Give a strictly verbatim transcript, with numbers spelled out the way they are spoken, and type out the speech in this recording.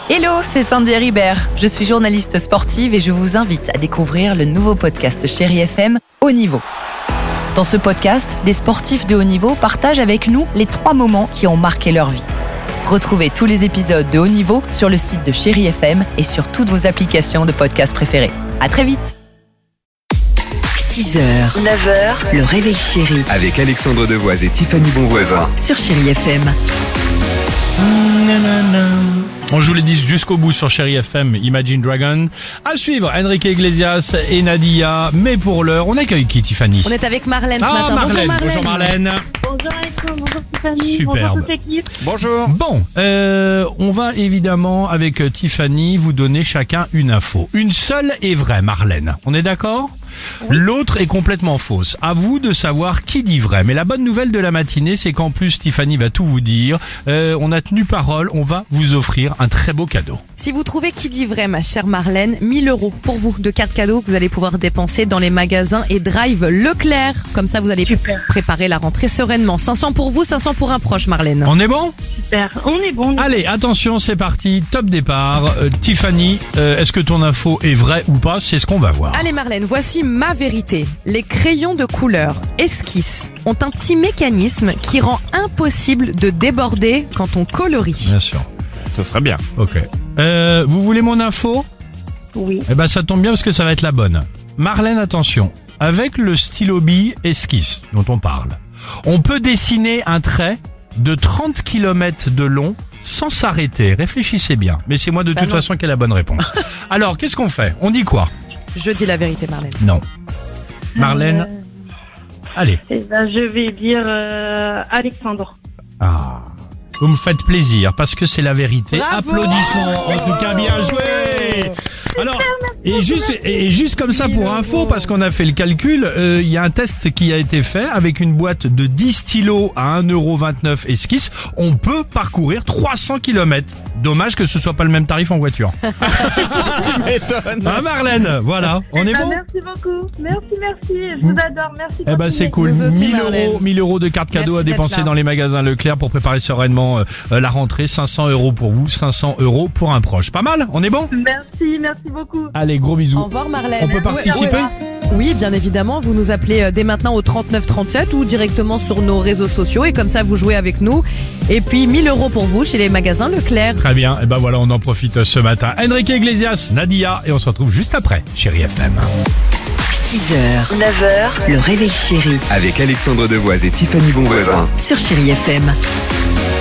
Hello, c'est Sandy Ribert. Je suis journaliste sportive et je vous invite à découvrir le nouveau podcast Chérie F M, Haut Niveau. Dans ce podcast, des sportifs de haut niveau partagent avec nous les trois moments qui ont marqué leur vie. Retrouvez tous les épisodes de Haut Niveau sur le site de Chérie F M et sur toutes vos applications de podcast préférées. À très vite. six heures, neuf heures, le réveil chéri Avec Alexandre Devoise et Tiffany Bonvoisin. sur Chérie F M. On joue les disques jusqu'au bout sur Chérie F M, Imagine Dragon. À suivre, Enrique Iglesias et Nadia. Mais pour l'heure, on accueille qui, Tiffany? On est avec Marlène ce Ah, matin. Marlène. Bonjour Marlène. Bonjour Marlène. Bonjour Alexandre, bonjour Tiffany, Superbe. bonjour toute l'équipe. Bonjour. Bon, euh, on va évidemment, avec euh, Tiffany, vous donner chacun une info. Une seule est vraie, Marlène. On est d'accord ? L'autre est complètement fausse. À vous de savoir qui dit vrai. Mais la bonne nouvelle de la matinée, c'est qu'en plus, Tiffany va tout vous dire. Euh, on a tenu parole, on va vous offrir un très beau cadeau. Si vous trouvez qui dit vrai, ma chère Marlène, mille euros pour vous de cartes cadeaux que vous allez pouvoir dépenser dans les magasins et drive Leclerc. Comme ça, vous allez Super. préparer la rentrée sereinement. cinq cents pour vous, cinq cents pour un proche, Marlène. On est bon ? Super, on est bon. on est Allez, attention, c'est parti. Top départ. Euh, Tiffany, euh, est-ce que ton info est vraie ou pas ? C'est ce qu'on va voir. Allez Marlène, voici ma vérité. Les crayons de couleur esquisse ont un petit mécanisme qui rend impossible de déborder quand on colorie. Bien sûr. Ce serait bien. Ok. Euh, vous voulez mon info ? Oui, Eh ben, ça tombe bien parce que ça va être la bonne. Marlène, attention. Avec le stylo bille esquisse dont on parle, on peut dessiner un trait de trente kilomètres de long sans s'arrêter. Réfléchissez bien. Mais c'est moi de Bah toute non. façon qui ai la bonne réponse. Alors, qu'est-ce qu'on fait ? On dit quoi ? Je dis la vérité, Marlène. Non. Marlène, allez. et ben, je vais dire euh, Alexandre. Ah. Vous me faites plaisir parce que c'est la vérité. Bravo. Applaudissements. En tout cas, bien joué. Alors, et juste, et juste comme ça pour info, parce qu'on a fait le calcul, euh, il y a un test qui a été fait avec une boîte de dix stylos à un euro vingt-neuf esquisse. On peut parcourir trois cents kilomètres. Dommage que ce soit pas le même tarif en voiture. Tu m'étonnes. Hein, Marlène? Voilà. On est Ah, bon? merci beaucoup, merci, merci, je vous adore, merci. Eh ben c'est cool. Nous aussi, mille Marlène. euros, mille euros de cartes cadeaux Merci à d'être dépenser là. dans les magasins Leclerc pour préparer sereinement euh, la rentrée. cinq cents euros pour vous, cinq cents euros pour un proche. Pas mal? On est bon? Merci, merci beaucoup. Allez, gros bisous. Au revoir Marlène. On peut participer? Oui, bien évidemment, vous nous appelez euh, dès maintenant au trente-neuf trente-sept ou directement sur nos réseaux sociaux et comme ça vous jouez avec nous. Et puis mille euros pour vous chez les magasins Leclerc. Très bien. Et ben voilà, on en profite ce matin. Enrique Iglesias, Nadia, et on se retrouve juste après, Chérie F M. six heures, neuf heures, le réveil chéri Avec Alexandre Devoise et Tiffany Bonvoisin. sur Chérie F M.